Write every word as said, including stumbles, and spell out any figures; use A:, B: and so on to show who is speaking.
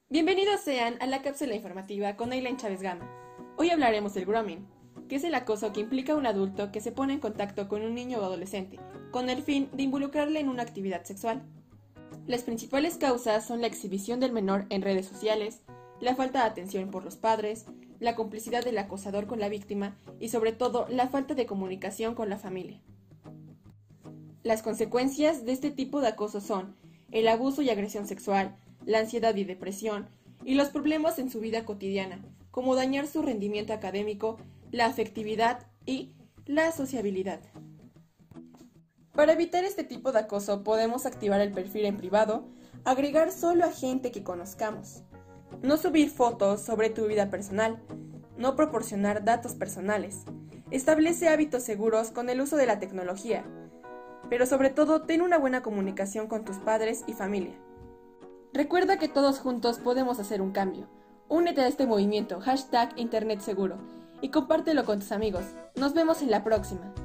A: Bienvenidos sean a la cápsula informativa con Eileen Chávez Gama. Hoy hablaremos del grooming, que es el acoso que implica a un adulto que se pone en contacto con un niño o adolescente, con el fin de involucrarle en una actividad sexual. Las principales causas son la exhibición del menor en redes sociales, la falta de atención por los padres, la complicidad del acosador con la víctima y sobre todo la falta de comunicación con la familia. Las consecuencias de este tipo de acoso son el abuso y agresión sexual, la ansiedad y depresión, y los problemas en su vida cotidiana, como dañar su rendimiento académico, la afectividad y la sociabilidad. Para evitar este tipo de acoso podemos activar el perfil en privado, agregar solo a gente que conozcamos, no subir fotos sobre tu vida personal, no proporcionar datos personales, establece hábitos seguros con el uso de la tecnología, pero sobre todo ten una buena comunicación con tus padres y familia. Recuerda que todos juntos podemos hacer un cambio. Únete a este movimiento, hashtag Internet Seguro, y compártelo con tus amigos. Nos vemos en la próxima.